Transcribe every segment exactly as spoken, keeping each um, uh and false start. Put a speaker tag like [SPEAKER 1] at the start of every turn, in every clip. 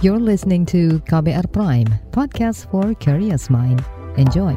[SPEAKER 1] You're listening to K B R Prime, podcast for curious mind. Enjoy.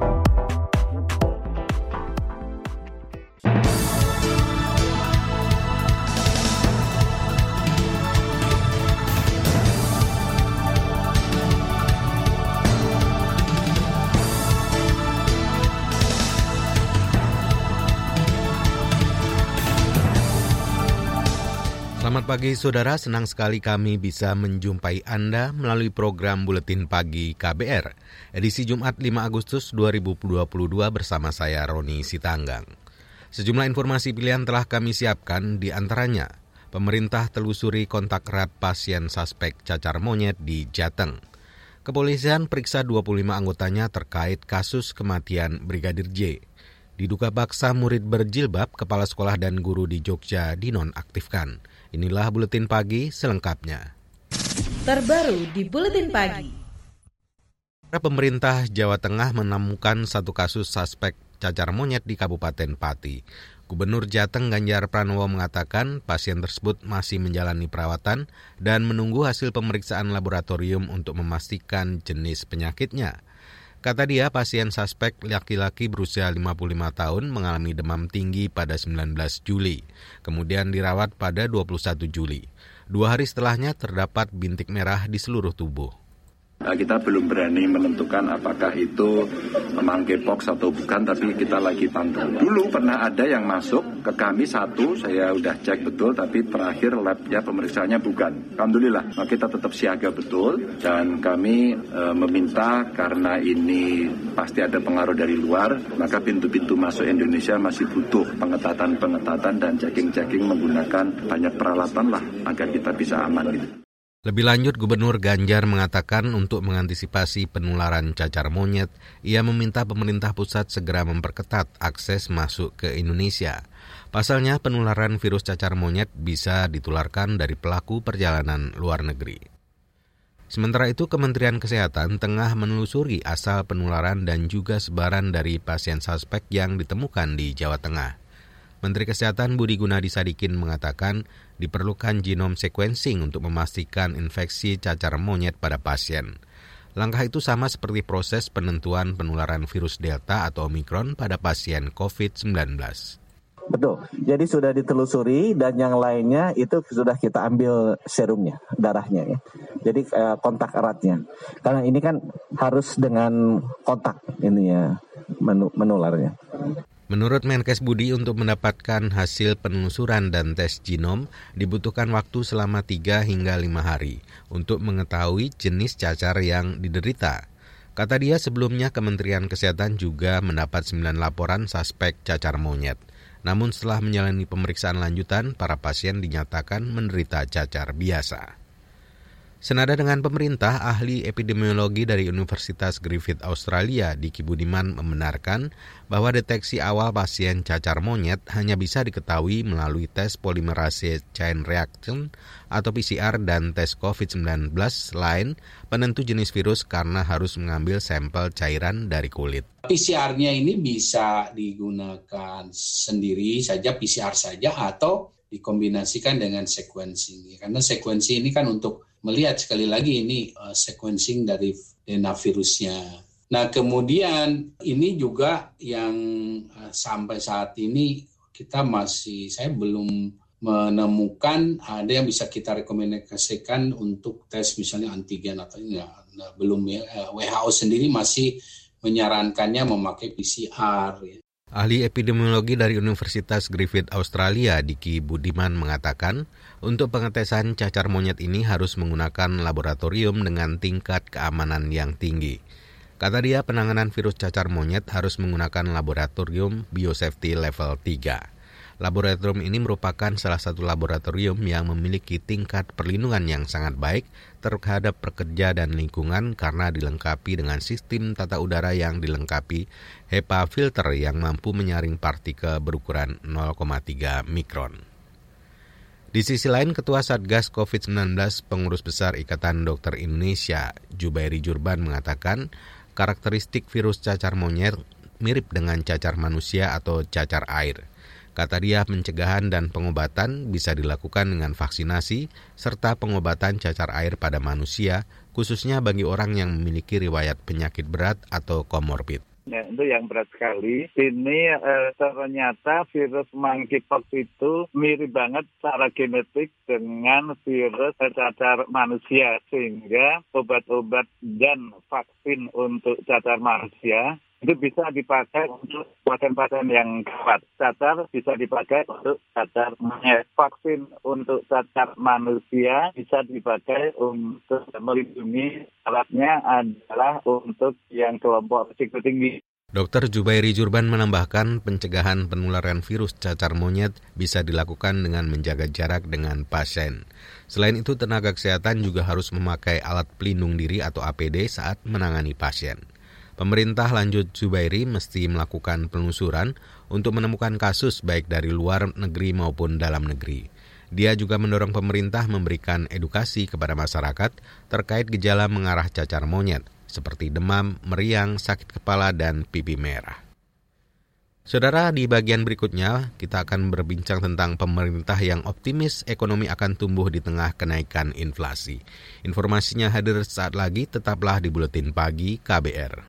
[SPEAKER 2] Selamat pagi saudara, senang sekali kami bisa menjumpai Anda melalui program Buletin Pagi K B R, edisi Jumat lima Agustus dua ribu dua puluh dua bersama saya Roni Sitanggang. Sejumlah informasi pilihan telah kami siapkan, di antaranya pemerintah telusuri kontak erat pasien suspek cacar monyet di Jateng. Kepolisian periksa dua puluh lima anggotanya terkait kasus kematian Brigadir J. Diduga paksa murid berjilbab, kepala sekolah dan guru di Jogja dinonaktifkan. Inilah Buletin Pagi selengkapnya.
[SPEAKER 3] Terbaru di Buletin Pagi.
[SPEAKER 2] Pemerintah Jawa Tengah menemukan satu kasus suspek cacar monyet di Kabupaten Pati. Gubernur Jateng Ganjar Pranowo mengatakan pasien tersebut masih menjalani perawatan dan menunggu hasil pemeriksaan laboratorium untuk memastikan jenis penyakitnya. Kata dia, pasien suspek laki-laki berusia lima puluh lima tahun mengalami demam tinggi pada sembilan belas Juli, kemudian dirawat pada dua puluh satu Juli. Dua hari setelahnya terdapat bintik merah di seluruh tubuh.
[SPEAKER 4] Kita belum berani menentukan apakah itu monkeypox atau bukan, tapi kita lagi pantau. Dulu pernah ada yang masuk ke kami satu, saya udah cek betul, tapi terakhir labnya pemeriksaannya bukan. Alhamdulillah, nah kita tetap siaga betul, dan kami e, meminta karena ini pasti ada pengaruh dari luar, maka pintu-pintu masuk Indonesia masih butuh pengetatan-pengetatan dan checking-checking menggunakan banyak peralatan lah, agar kita bisa aman gitu.
[SPEAKER 2] Lebih lanjut, Gubernur Ganjar mengatakan untuk mengantisipasi penularan cacar monyet, ia meminta pemerintah pusat segera memperketat akses masuk ke Indonesia. Pasalnya, penularan virus cacar monyet bisa ditularkan dari pelaku perjalanan luar negeri. Sementara itu, Kementerian Kesehatan tengah menelusuri asal penularan dan juga sebaran dari pasien suspek yang ditemukan di Jawa Tengah. Menteri Kesehatan Budi Gunadi Sadikin mengatakan diperlukan genome sequencing untuk memastikan infeksi cacar monyet pada pasien. Langkah itu sama seperti proses penentuan penularan virus Delta atau Omicron pada pasien covid sembilan belas.
[SPEAKER 5] Betul, jadi sudah ditelusuri dan yang lainnya itu sudah kita ambil serumnya, darahnya ya. Jadi eh, kontak eratnya. Karena ini kan harus dengan kontak ininya menularnya.
[SPEAKER 2] Menurut Menkes Budi, untuk mendapatkan hasil penelusuran dan tes genom dibutuhkan waktu selama tiga hingga lima hari untuk mengetahui jenis cacar yang diderita. Kata dia, sebelumnya Kementerian Kesehatan juga mendapat sembilan laporan suspek cacar monyet. Namun setelah menjalani pemeriksaan lanjutan, para pasien dinyatakan menderita cacar biasa. Senada dengan pemerintah, ahli epidemiologi dari Universitas Griffith Australia, Diki Budiman, membenarkan bahwa deteksi awal pasien cacar monyet hanya bisa diketahui melalui tes polimerase chain reaction atau P C R dan tes covid sembilan belas lain penentu jenis virus karena harus mengambil sampel cairan dari kulit.
[SPEAKER 6] P C R-nya ini bisa digunakan sendiri saja, P C R saja, atau dikombinasikan dengan sequencing. Karena sequencing ini kan untuk melihat sekali lagi ini uh, sequencing dari D N A virusnya. Nah, kemudian ini juga yang uh, sampai saat ini kita masih, saya belum menemukan ada yang bisa kita rekomendasikan untuk tes misalnya antigen atau enggak. Nah, belum ya. W H O sendiri masih menyarankannya memakai P C R. Ya.
[SPEAKER 2] Ahli epidemiologi dari Universitas Griffith Australia, Diki Budiman, mengatakan untuk pengetesan cacar monyet ini harus menggunakan laboratorium dengan tingkat keamanan yang tinggi. Kata dia, penanganan virus cacar monyet harus menggunakan laboratorium biosafety level tiga. Laboratorium ini merupakan salah satu laboratorium yang memiliki tingkat perlindungan yang sangat baik terhadap pekerja dan lingkungan karena dilengkapi dengan sistem tata udara yang dilengkapi HEPA filter yang mampu menyaring partikel berukuran nol koma tiga mikron. Di sisi lain, Ketua Satgas covid sembilan belas Pengurus Besar Ikatan Dokter Indonesia, Jubairi Jurban, mengatakan karakteristik virus cacar monyet mirip dengan cacar manusia atau cacar air. Kata dia, pencegahan dan pengobatan bisa dilakukan dengan vaksinasi serta pengobatan cacar air pada manusia, khususnya bagi orang yang memiliki riwayat penyakit berat atau komorbid.
[SPEAKER 7] Ya, itu yang berat sekali. Ini eh, ternyata virus monkeypox itu mirip banget secara genetik dengan virus cacar manusia, sehingga obat-obat dan vaksin untuk cacar manusia itu bisa dipakai untuk pasien-pasien yang kuat. Cacar bisa dipakai untuk cacar monyet. Vaksin untuk cacar manusia bisa dipakai untuk melindungi. Syaratnya adalah untuk yang kelompok risiko tinggi.
[SPEAKER 2] Dokter Jubairi Jurban menambahkan pencegahan penularan virus cacar monyet bisa dilakukan dengan menjaga jarak dengan pasien. Selain itu, tenaga kesehatan juga harus memakai alat pelindung diri atau A P D saat menangani pasien. Pemerintah, lanjut Jubairi, mesti melakukan penelusuran untuk menemukan kasus baik dari luar negeri maupun dalam negeri. Dia juga mendorong pemerintah memberikan edukasi kepada masyarakat terkait gejala mengarah cacar monyet, seperti demam, meriang, sakit kepala, dan pipi merah. Saudara, di bagian berikutnya kita akan berbincang tentang pemerintah yang optimis ekonomi akan tumbuh di tengah kenaikan inflasi. Informasinya hadir saat lagi, tetaplah di Buletin Pagi K B R.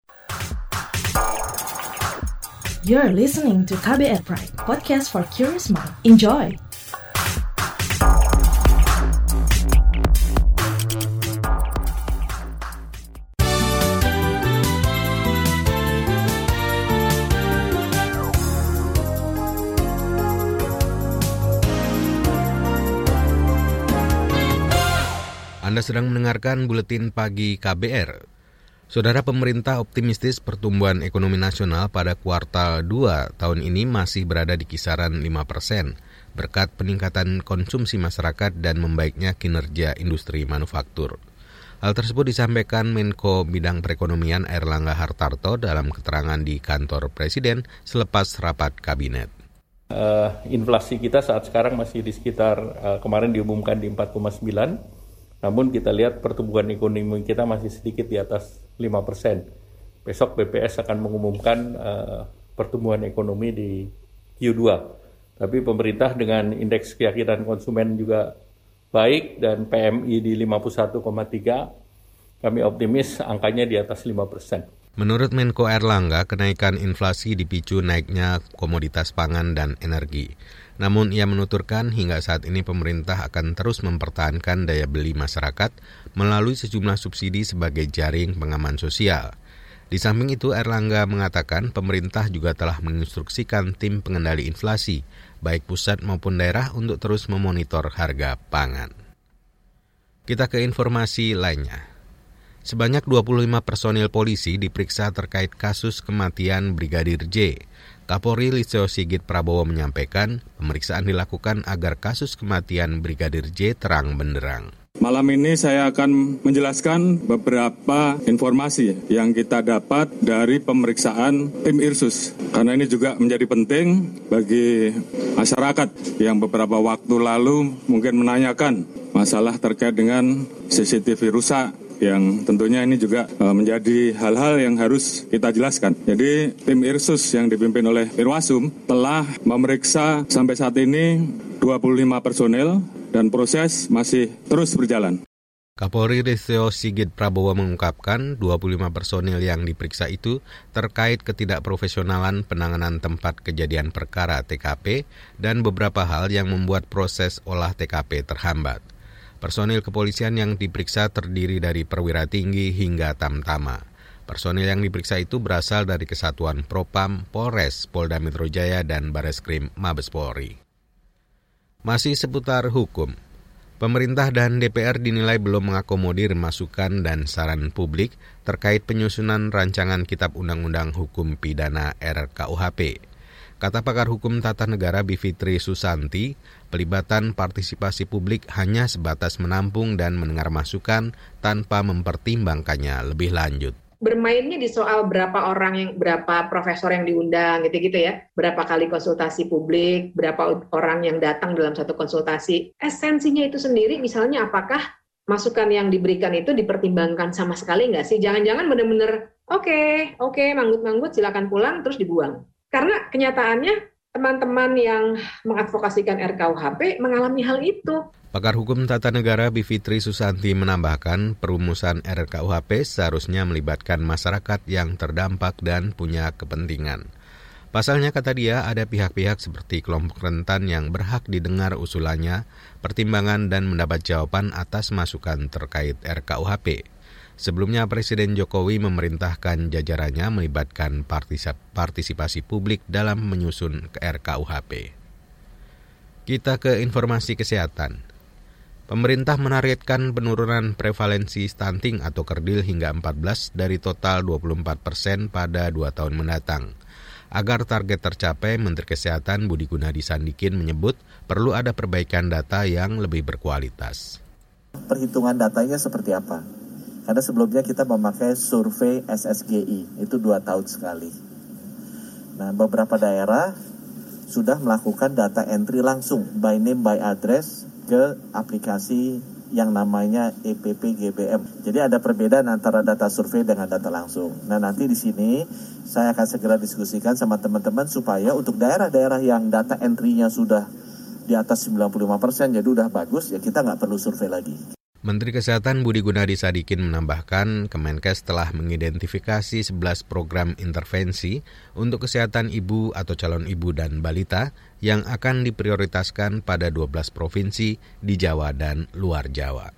[SPEAKER 3] You're listening to K B R Prime, podcast for curious mind. Enjoy!
[SPEAKER 2] Anda sedang mendengarkan Buletin Pagi K B R. Saudara, pemerintah optimistis pertumbuhan ekonomi nasional pada kuartal dua tahun ini masih berada di kisaran lima persen, berkat peningkatan konsumsi masyarakat dan membaiknya kinerja industri manufaktur. Hal tersebut disampaikan Menko Bidang Perekonomian Airlangga Hartarto dalam keterangan di kantor Presiden selepas rapat kabinet.
[SPEAKER 8] Uh, inflasi kita saat sekarang masih di sekitar, uh, kemarin diumumkan di empat koma sembilan, namun kita lihat pertumbuhan ekonomi kita masih sedikit di atas lima persen. Besok B P S akan mengumumkan uh, pertumbuhan ekonomi di Q dua. Tapi pemerintah dengan indeks keyakinan konsumen juga baik dan P M I di lima puluh satu koma tiga, kami optimis angkanya di atas lima persen.
[SPEAKER 2] Menurut Menko Airlangga, kenaikan inflasi dipicu naiknya komoditas pangan dan energi. Namun ia menuturkan hingga saat ini pemerintah akan terus mempertahankan daya beli masyarakat melalui sejumlah subsidi sebagai jaring pengaman sosial. Di samping itu, Airlangga mengatakan pemerintah juga telah menginstruksikan tim pengendali inflasi, baik pusat maupun daerah, untuk terus memonitor harga pangan. Kita ke informasi lainnya. Sebanyak dua puluh lima personil polisi diperiksa terkait kasus kematian Brigadir J. Kapolri Listio Sigit Prabowo menyampaikan pemeriksaan dilakukan agar kasus kematian Brigadir J terang benderang.
[SPEAKER 9] Malam ini saya akan menjelaskan beberapa informasi yang kita dapat dari pemeriksaan tim Irsus. Karena ini juga menjadi penting bagi masyarakat yang beberapa waktu lalu mungkin menanyakan masalah terkait dengan C C T V rusak, yang tentunya ini juga menjadi hal-hal yang harus kita jelaskan. Jadi tim Irsus yang dipimpin oleh Irwasum telah memeriksa sampai saat ini dua puluh lima personel dan proses masih terus berjalan.
[SPEAKER 2] Kapolri Listio Sigit Prabowo mengungkapkan dua puluh lima personil yang diperiksa itu terkait ketidakprofesionalan penanganan tempat kejadian perkara T K P dan beberapa hal yang membuat proses olah T K P terhambat. Personil kepolisian yang diperiksa terdiri dari perwira tinggi hingga tamtama. Personil yang diperiksa itu berasal dari Kesatuan Propam, Polres, Polda Metro Jaya, dan Bareskrim Mabes Polri. Masih seputar hukum, pemerintah dan D P R dinilai belum mengakomodir masukan dan saran publik terkait penyusunan rancangan Kitab Undang-Undang Hukum Pidana R K U H P. Kata pakar hukum tata negara Bivitri Susanti, pelibatan partisipasi publik hanya sebatas menampung dan mendengar masukan tanpa mempertimbangkannya lebih lanjut.
[SPEAKER 10] Bermainnya di soal berapa orang yang, berapa profesor yang diundang gitu-gitu ya, berapa kali konsultasi publik, berapa orang yang datang dalam satu konsultasi. Esensinya itu sendiri, misalnya apakah masukan yang diberikan itu dipertimbangkan sama sekali nggak sih? Jangan-jangan benar-benar oke, okay, oke, okay, manggut-manggut, silakan pulang, terus dibuang. Karena kenyataannya teman-teman yang mengadvokasikan R K U H P mengalami hal itu.
[SPEAKER 2] Pakar Hukum Tata Negara Bivitri Susanti menambahkan perumusan R K U H P seharusnya melibatkan masyarakat yang terdampak dan punya kepentingan. Pasalnya, kata dia, ada pihak-pihak seperti kelompok rentan yang berhak didengar usulannya, pertimbangan dan mendapat jawaban atas masukan terkait R K U H P. Sebelumnya, Presiden Jokowi memerintahkan jajarannya melibatkan partisipasi publik dalam menyusun R K U H P. Kita ke informasi kesehatan. Pemerintah menargetkan penurunan prevalensi stunting atau kerdil hingga empat belas dari total dua puluh empat persen pada dua tahun mendatang. Agar target tercapai, Menteri Kesehatan Budi Gunadi Sadikin menyebut perlu ada perbaikan data yang lebih berkualitas.
[SPEAKER 5] Perhitungan datanya seperti apa? Karena sebelumnya kita memakai survei S S G I, itu dua tahun sekali. Nah, beberapa daerah sudah melakukan data entry langsung, by name, by address, ke aplikasi yang namanya E P P G B M. Jadi ada perbedaan antara data survei dengan data langsung. Nah, nanti di sini saya akan segera diskusikan sama teman-teman supaya untuk daerah-daerah yang data entry-nya sudah di atas sembilan puluh lima persen, jadi udah bagus, ya kita nggak perlu survei lagi.
[SPEAKER 2] Menteri Kesehatan Budi Gunadi Sadikin menambahkan, Kemenkes telah mengidentifikasi sebelas program intervensi untuk kesehatan ibu atau calon ibu dan balita yang akan diprioritaskan pada dua belas provinsi di Jawa dan luar Jawa.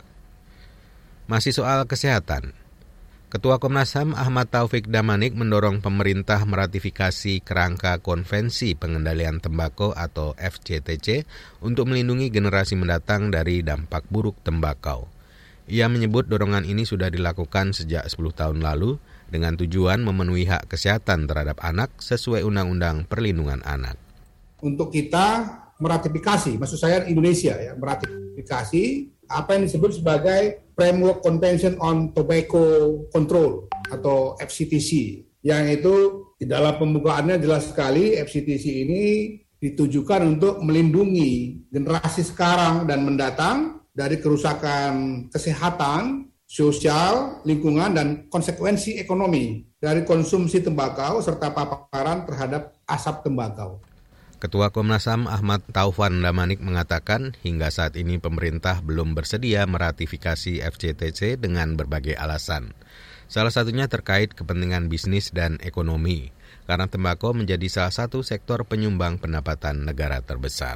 [SPEAKER 2] Masih soal kesehatan, Ketua Komnas H A M Ahmad Taufik Damanik mendorong pemerintah meratifikasi kerangka Konvensi Pengendalian Tembakau atau F C T C untuk melindungi generasi mendatang dari dampak buruk tembakau. Ia menyebut dorongan ini sudah dilakukan sejak sepuluh tahun lalu dengan tujuan memenuhi hak kesehatan terhadap anak sesuai Undang-Undang Perlindungan Anak.
[SPEAKER 11] Untuk kita meratifikasi, maksud saya Indonesia ya, meratifikasi apa yang disebut sebagai Framework Convention on Tobacco Control atau F C T C, yang itu di dalam pembukaannya jelas sekali F C T C ini ditujukan untuk melindungi generasi sekarang dan mendatang dari kerusakan kesehatan, sosial, lingkungan, dan konsekuensi ekonomi dari konsumsi tembakau serta paparan terhadap asap tembakau.
[SPEAKER 2] Ketua Komnas H A M Ahmad Taufan Damanik mengatakan hingga saat ini pemerintah belum bersedia meratifikasi F C T C dengan berbagai alasan. Salah satunya terkait kepentingan bisnis dan ekonomi, karena tembakau menjadi salah satu sektor penyumbang pendapatan negara terbesar.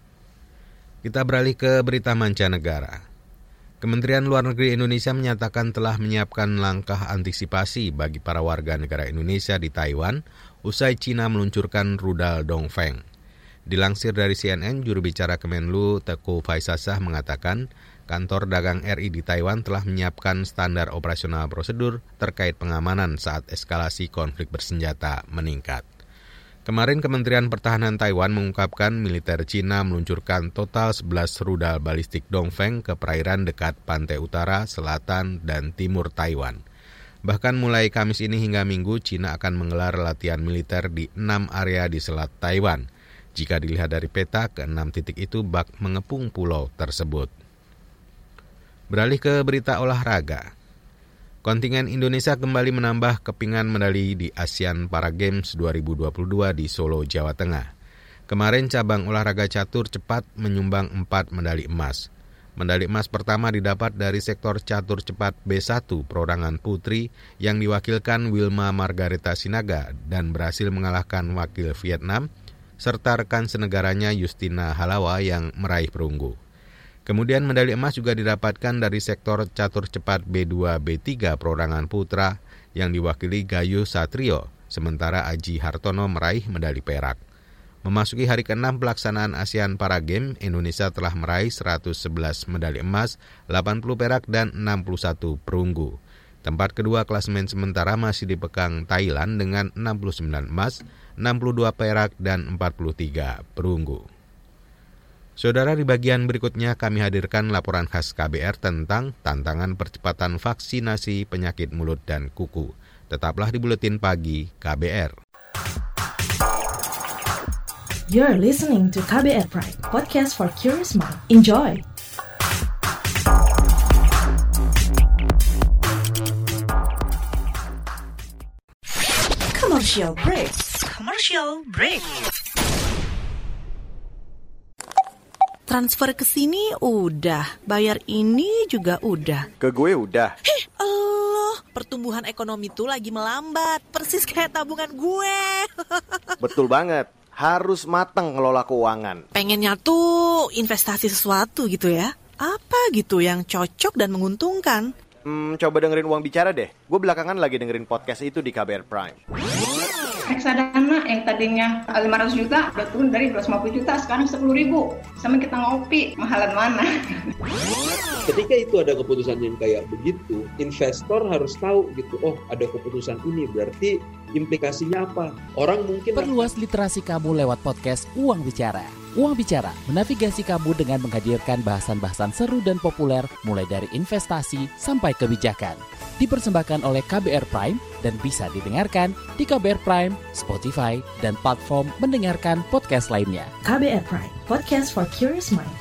[SPEAKER 2] Kita beralih ke berita mancanegara. Kementerian Luar Negeri Indonesia menyatakan telah menyiapkan langkah antisipasi bagi para warga negara Indonesia di Taiwan usai Cina meluncurkan rudal Dongfeng. Dilansir dari C N N, juru bicara Kemenlu Teuku Faisasah mengatakan kantor dagang R I di Taiwan telah menyiapkan standar operasional prosedur terkait pengamanan saat eskalasi konflik bersenjata meningkat. Kemarin Kementerian Pertahanan Taiwan mengungkapkan militer Cina meluncurkan total sebelas rudal balistik Dongfeng ke perairan dekat pantai utara, selatan, dan timur Taiwan. Bahkan mulai Kamis ini hingga Minggu, Cina akan menggelar latihan militer di enam area di selat Taiwan. Jika dilihat dari peta, keenam titik itu bak mengepung pulau tersebut. Beralih ke berita olahraga. Kontingen Indonesia kembali menambah kepingan medali di Asian Para Games dua ribu dua puluh dua di Solo, Jawa Tengah. Kemarin cabang olahraga catur cepat menyumbang empat medali emas. Medali emas pertama didapat dari sektor catur cepat B satu perorangan putri yang diwakilkan Wilma Margareta Sinaga dan berhasil mengalahkan wakil Vietnam serta rekan senegaranya Justina Halawa yang meraih perunggu. Kemudian medali emas juga didapatkan dari sektor catur cepat B dua B tiga perorangan putra yang diwakili Gayu Satrio, sementara Aji Hartono meraih medali perak. Memasuki hari keenam pelaksanaan ASEAN Para Games, Indonesia telah meraih seratus sebelas medali emas, delapan puluh perak dan enam puluh satu perunggu. Tempat kedua klasemen sementara masih dipegang Thailand dengan enam puluh sembilan emas, enam puluh dua perak dan empat puluh tiga perunggu. Saudara, di bagian berikutnya kami hadirkan laporan khas K B R tentang tantangan percepatan vaksinasi penyakit mulut dan kuku. Tetaplah di Buletin Pagi K B R.
[SPEAKER 3] You're listening to K B R Pride, podcast for curious mind. Enjoy! Commercial break. Commercial break.
[SPEAKER 12] transfer ke sini udah, bayar ini juga udah.
[SPEAKER 13] Ke gue udah.
[SPEAKER 12] Heh, Allah, pertumbuhan ekonomi tuh lagi melambat, persis kayak tabungan gue.
[SPEAKER 13] Betul banget, harus matang ngelola keuangan.
[SPEAKER 12] Pengennya tuh investasi sesuatu gitu ya. Apa gitu yang cocok dan menguntungkan?
[SPEAKER 13] Hmm, coba dengerin Uang Bicara deh. Gue belakangan lagi dengerin podcast itu di K B R Prime.
[SPEAKER 14] Reksadana yang tadinya lima ratus juta udah turun dari dua ratus lima puluh juta sekarang sepuluh ribu. Sama kita ngopi, mahalan mana?
[SPEAKER 15] Ketika itu ada keputusan yang kayak begitu, investor harus tahu gitu, oh ada keputusan ini berarti implikasinya apa. Orang mungkin
[SPEAKER 16] perluas literasi kamu lewat podcast Uang Bicara. Uang Bicara menavigasi kamu dengan menghadirkan bahasan-bahasan seru dan populer mulai dari investasi sampai kebijakan. Dipersembahkan oleh K B R Prime dan bisa didengarkan di K B R Prime, Spotify, dan platform mendengarkan podcast lainnya.
[SPEAKER 3] K B R Prime, podcast for curious mind.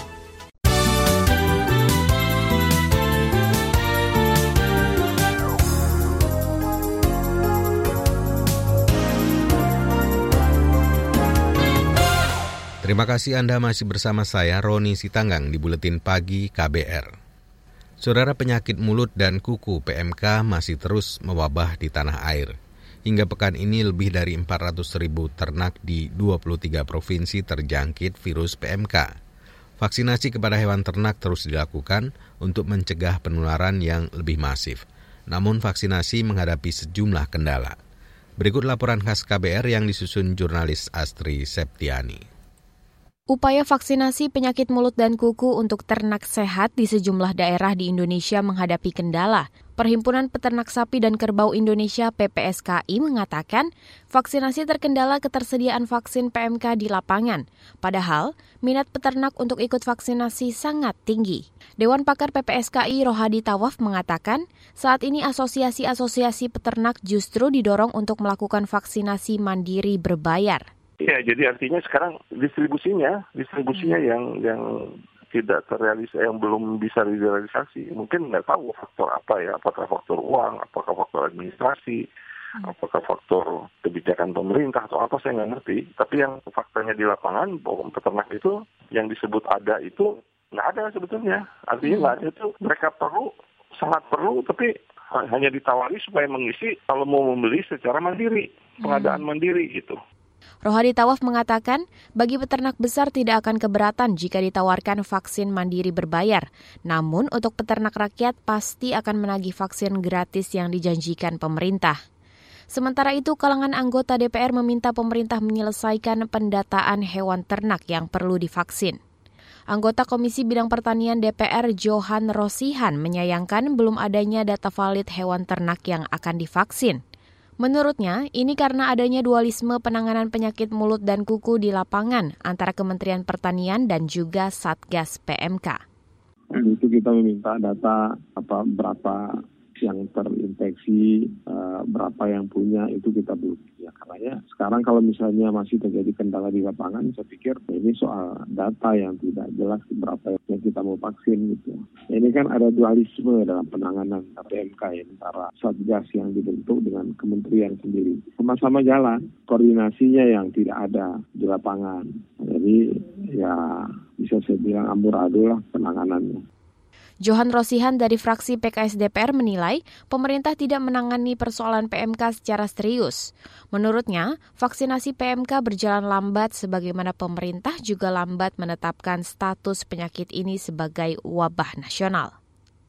[SPEAKER 2] Terima kasih Anda masih bersama saya, Roni Sitanggang, di Buletin Pagi K B R. Saudara, penyakit mulut dan kuku P M K masih terus mewabah di tanah air. Hingga pekan ini lebih dari empat ratus ribu ternak di dua puluh tiga provinsi terjangkit virus P M K. Vaksinasi kepada hewan ternak terus dilakukan untuk mencegah penularan yang lebih masif. Namun vaksinasi menghadapi sejumlah kendala. Berikut laporan khas K B R yang disusun jurnalis Astri Septiani.
[SPEAKER 17] Upaya vaksinasi penyakit mulut dan kuku untuk ternak sehat di sejumlah daerah di Indonesia menghadapi kendala. Perhimpunan Peternak Sapi dan Kerbau Indonesia P P S K I mengatakan vaksinasi terkendala ketersediaan vaksin P M K di lapangan. Padahal, minat peternak untuk ikut vaksinasi sangat tinggi. Dewan Pakar P P S K I Rohadi Tawaf mengatakan, saat ini asosiasi-asosiasi peternak justru didorong untuk melakukan vaksinasi mandiri berbayar.
[SPEAKER 18] Ya, jadi artinya sekarang distribusinya, distribusinya hmm. yang yang tidak terrealisasi, yang belum bisa direalisasi. Mungkin nggak tahu faktor apa ya, apakah faktor uang, apakah faktor administrasi, hmm. apakah faktor kebijakan pemerintah atau apa, saya nggak ngerti. Tapi yang faktanya di lapangan, bahwa peternak itu yang disebut ada itu nggak ada sebetulnya. Artinya nggak hmm. ada itu, mereka perlu, sangat perlu, tapi hanya ditawari supaya mengisi kalau mau membeli secara mandiri, pengadaan hmm. mandiri gitu.
[SPEAKER 17] Rohadi Tawaf mengatakan, bagi peternak besar tidak akan keberatan jika ditawarkan vaksin mandiri berbayar. Namun, untuk peternak rakyat pasti akan menagih vaksin gratis yang dijanjikan pemerintah. Sementara itu, kalangan anggota D P R meminta pemerintah menyelesaikan pendataan hewan ternak yang perlu divaksin. Anggota Komisi Bidang Pertanian D P R Johan Rosihan menyayangkan belum adanya data valid hewan ternak yang akan divaksin. Menurutnya, ini karena adanya dualisme penanganan penyakit mulut dan kuku di lapangan antara Kementerian Pertanian dan juga Satgas P M K.
[SPEAKER 19] Itu kita meminta data apa berapa yang terinfeksi, uh, berapa yang punya, itu kita belum punya. Karena sekarang kalau misalnya masih terjadi kendala di lapangan, saya pikir ini soal data yang tidak jelas berapa yang kita mau vaksin gitu. Ini kan ada dualisme dalam penanganan P M K ya, antara Satgas yang dibentuk dengan kementerian sendiri. Sama-sama jalan, koordinasinya yang tidak ada di lapangan. Jadi ya bisa saya bilang amburadul lah penanganannya.
[SPEAKER 17] Johan Rosihan dari fraksi P K S D P R menilai pemerintah tidak menangani persoalan P M K secara serius. Menurutnya, vaksinasi P M K berjalan lambat sebagaimana pemerintah juga lambat menetapkan status penyakit ini sebagai wabah nasional.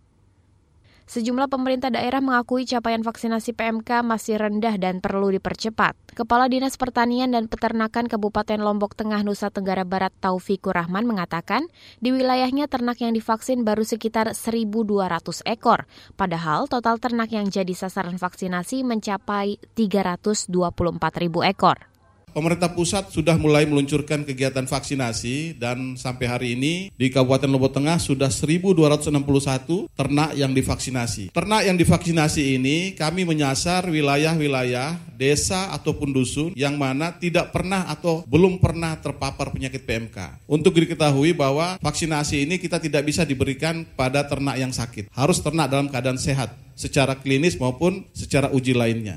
[SPEAKER 17] Sejumlah pemerintah daerah mengakui capaian vaksinasi P M K masih rendah dan perlu dipercepat. Kepala Dinas Pertanian dan Peternakan Kabupaten Lombok Tengah, Nusa Tenggara Barat, Taufikur Rahman mengatakan, di wilayahnya ternak yang divaksin baru sekitar seribu dua ratus ekor. Padahal total ternak yang jadi sasaran vaksinasi mencapai tiga ratus dua puluh empat ribu ekor.
[SPEAKER 20] Pemerintah pusat sudah mulai meluncurkan kegiatan vaksinasi dan sampai hari ini di Kabupaten Lombok Tengah sudah seribu dua ratus enam puluh satu ternak yang divaksinasi. Ternak yang divaksinasi ini kami menyasar wilayah-wilayah, desa ataupun dusun yang mana tidak pernah atau belum pernah terpapar penyakit P M K. Untuk diketahui bahwa vaksinasi ini kita tidak bisa diberikan pada ternak yang sakit. Harus ternak dalam keadaan sehat secara klinis maupun secara uji lainnya.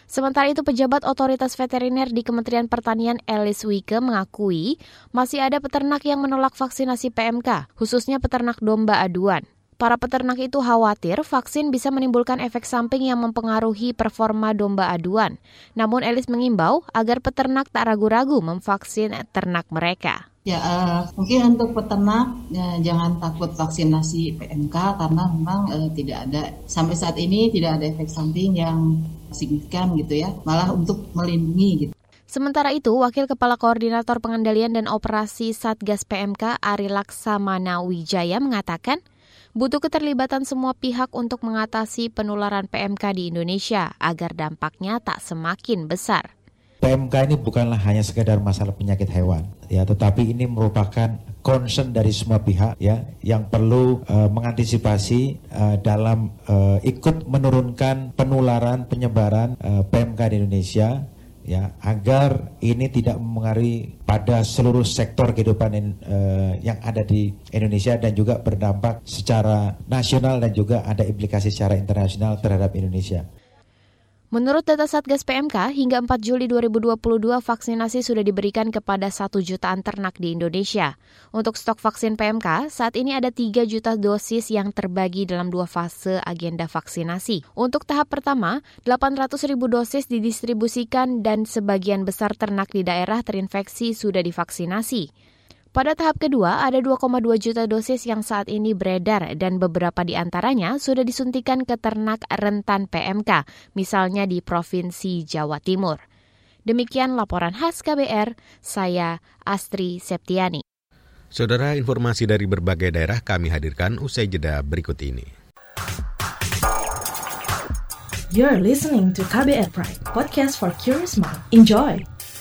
[SPEAKER 17] Sementara itu, pejabat otoritas veteriner di Kementerian Pertanian Elis Wike mengakui masih ada peternak yang menolak vaksinasi P M K, khususnya peternak domba aduan. Para peternak itu khawatir vaksin bisa menimbulkan efek samping yang mempengaruhi performa domba aduan. Namun Elis mengimbau agar peternak tak ragu-ragu memvaksin ternak mereka.
[SPEAKER 21] Ya, uh, mungkin untuk peternak ya, jangan takut vaksinasi P M K karena memang uh, tidak ada, sampai saat ini tidak ada efek samping yang signifikan gitu ya, malah untuk melindungi gitu.
[SPEAKER 17] Sementara itu, Wakil Kepala Koordinator Pengendalian dan Operasi Satgas P M K Ari Laksamana Wijaya mengatakan, butuh keterlibatan semua pihak untuk mengatasi penularan P M K di Indonesia agar dampaknya tak semakin besar.
[SPEAKER 22] P M K ini bukanlah hanya sekedar masalah penyakit hewan, ya, tetapi ini merupakan concern dari semua pihak, ya, yang perlu uh, mengantisipasi uh, dalam uh, ikut menurunkan penularan penyebaran uh, P M K di Indonesia, ya, agar ini tidak mempengaruhi pada seluruh sektor kehidupan in, uh, yang ada di Indonesia dan juga berdampak secara nasional dan juga ada implikasi secara internasional terhadap Indonesia.
[SPEAKER 17] Menurut data Satgas P M K, hingga empat Juli dua ribu dua puluh dua vaksinasi sudah diberikan kepada satu jutaan ternak di Indonesia. Untuk stok vaksin P M K, saat ini ada tiga juta dosis yang terbagi dalam dua fase agenda vaksinasi. Untuk tahap pertama, delapan ratus ribu dosis didistribusikan dan sebagian besar ternak di daerah terinfeksi sudah divaksinasi. Pada tahap kedua, ada dua koma dua juta dosis yang saat ini beredar dan beberapa di antaranya sudah disuntikan ke ternak rentan P M K, misalnya di Provinsi Jawa Timur. Demikian laporan khas K B R, saya Astri Septiani.
[SPEAKER 2] Saudara, informasi dari berbagai daerah kami hadirkan usai jeda berikut ini.
[SPEAKER 3] You're listening to K B R Prime, podcast for curious mind. Enjoy!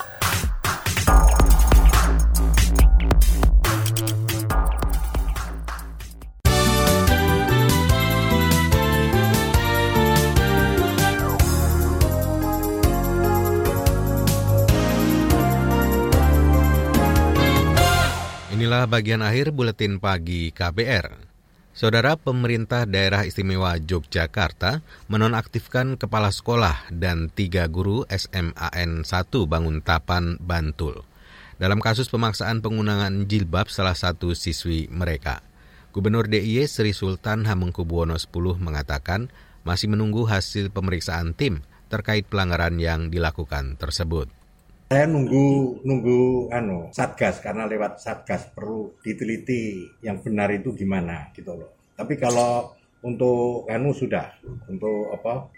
[SPEAKER 2] Inilah bagian akhir buletin pagi K B R. Saudara, pemerintah daerah istimewa Yogyakarta menonaktifkan kepala sekolah dan tiga guru S M A N satu Banguntapan, Bantul dalam kasus pemaksaan penggunaan jilbab salah satu siswi mereka. Gubernur D I Y Sri Sultan Hamengkubuwono X mengatakan masih menunggu hasil pemeriksaan tim terkait pelanggaran yang dilakukan tersebut.
[SPEAKER 23] Saya nunggu nunggu anu Satgas, karena lewat Satgas perlu diteliti yang benar itu gimana gitu loh. Tapi kalau untuk anu sudah, untuk apa?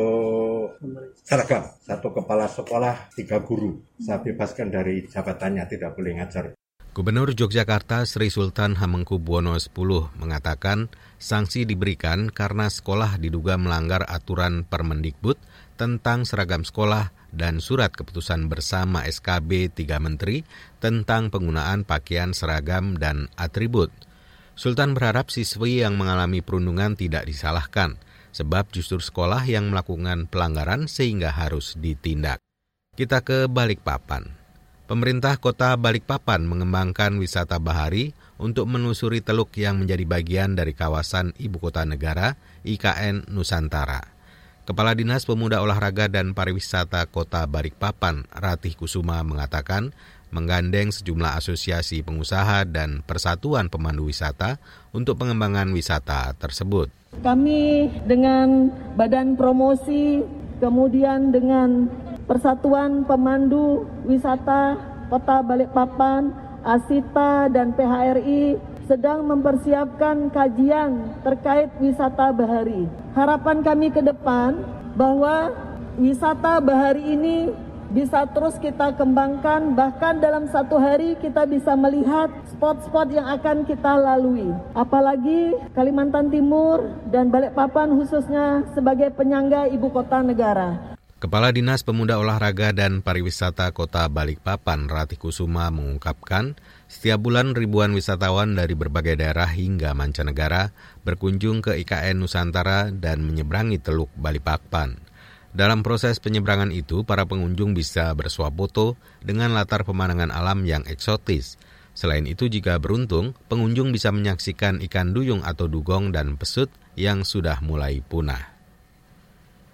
[SPEAKER 23] Untuk seragam, satu kepala sekolah, tiga guru. Saya bebaskan dari jabatannya, tidak boleh ngajar.
[SPEAKER 2] Gubernur Yogyakarta Sri Sultan Hamengkubuwono X mengatakan sanksi diberikan karena sekolah diduga melanggar aturan Permendikbud tentang seragam sekolah dan surat keputusan bersama S K B tiga Menteri tentang penggunaan pakaian seragam dan atribut. Sultan berharap siswi yang mengalami perundungan tidak disalahkan, sebab justru sekolah yang melakukan pelanggaran sehingga harus ditindak. Kita ke Balikpapan. Pemerintah Kota Balikpapan mengembangkan wisata bahari untuk menelusuri teluk yang menjadi bagian dari kawasan Ibu Kota Negara I K N Nusantara. Kepala Dinas Pemuda Olahraga dan Pariwisata Kota Balikpapan, Ratih Kusuma, mengatakan menggandeng sejumlah asosiasi pengusaha dan persatuan pemandu wisata untuk pengembangan wisata tersebut.
[SPEAKER 24] Kami dengan Badan Promosi, kemudian dengan Persatuan Pemandu Wisata Kota Balikpapan, Asita, dan P H R I sedang mempersiapkan kajian terkait wisata bahari. Harapan kami ke depan bahwa wisata bahari ini bisa terus kita kembangkan, bahkan dalam satu hari kita bisa melihat spot-spot yang akan kita lalui. Apalagi Kalimantan Timur dan Balikpapan khususnya sebagai penyangga ibu kota negara.
[SPEAKER 2] Kepala Dinas Pemuda Olahraga dan Pariwisata Kota Balikpapan, Ratih Kusuma, mengungkapkan setiap bulan ribuan wisatawan dari berbagai daerah hingga mancanegara berkunjung ke I K N Nusantara dan menyeberangi Teluk Balikpapan. Dalam proses penyeberangan itu, para pengunjung bisa bersuap foto dengan latar pemandangan alam yang eksotis. Selain itu, jika beruntung, pengunjung bisa menyaksikan ikan duyung atau dugong dan pesut yang sudah mulai punah.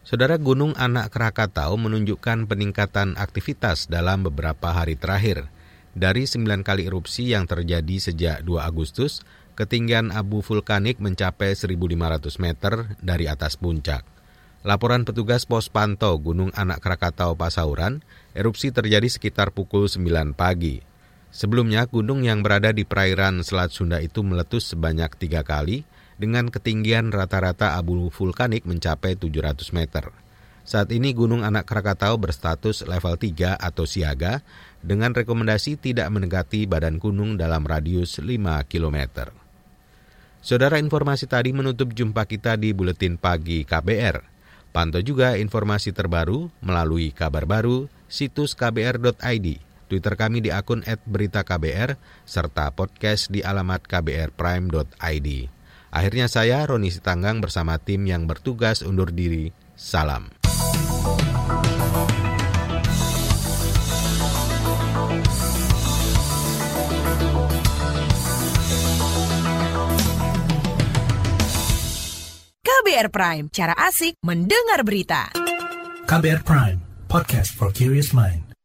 [SPEAKER 2] Saudara, Gunung Anak Krakatau menunjukkan peningkatan aktivitas dalam beberapa hari terakhir. Dari sembilan kali erupsi yang terjadi sejak dua Agustus, ketinggian abu vulkanik mencapai seribu lima ratus meter dari atas puncak. Laporan petugas pos pantau Gunung Anak Krakatau Pasauran, erupsi terjadi sekitar pukul sembilan pagi. Sebelumnya, gunung yang berada di perairan Selat Sunda itu meletus sebanyak tiga kali, dengan ketinggian rata-rata abu vulkanik mencapai tujuh ratus meter. Saat ini Gunung Anak Krakatau berstatus level tiga atau siaga dengan rekomendasi tidak mendekati badan gunung dalam radius lima kilometer. Saudara, informasi tadi menutup jumpa kita di Buletin Pagi K B R. Pantau juga informasi terbaru melalui kabar baru, situs k b r dot i d, Twitter kami di akun et berita k b r, serta podcast di alamat k b r prime dot i d. Akhirnya saya, Roni Sitanggang bersama tim yang bertugas undur diri. Salam.
[SPEAKER 1] K B R Prime, cara asik mendengar berita.
[SPEAKER 4] K B R Prime, podcast for curious mind.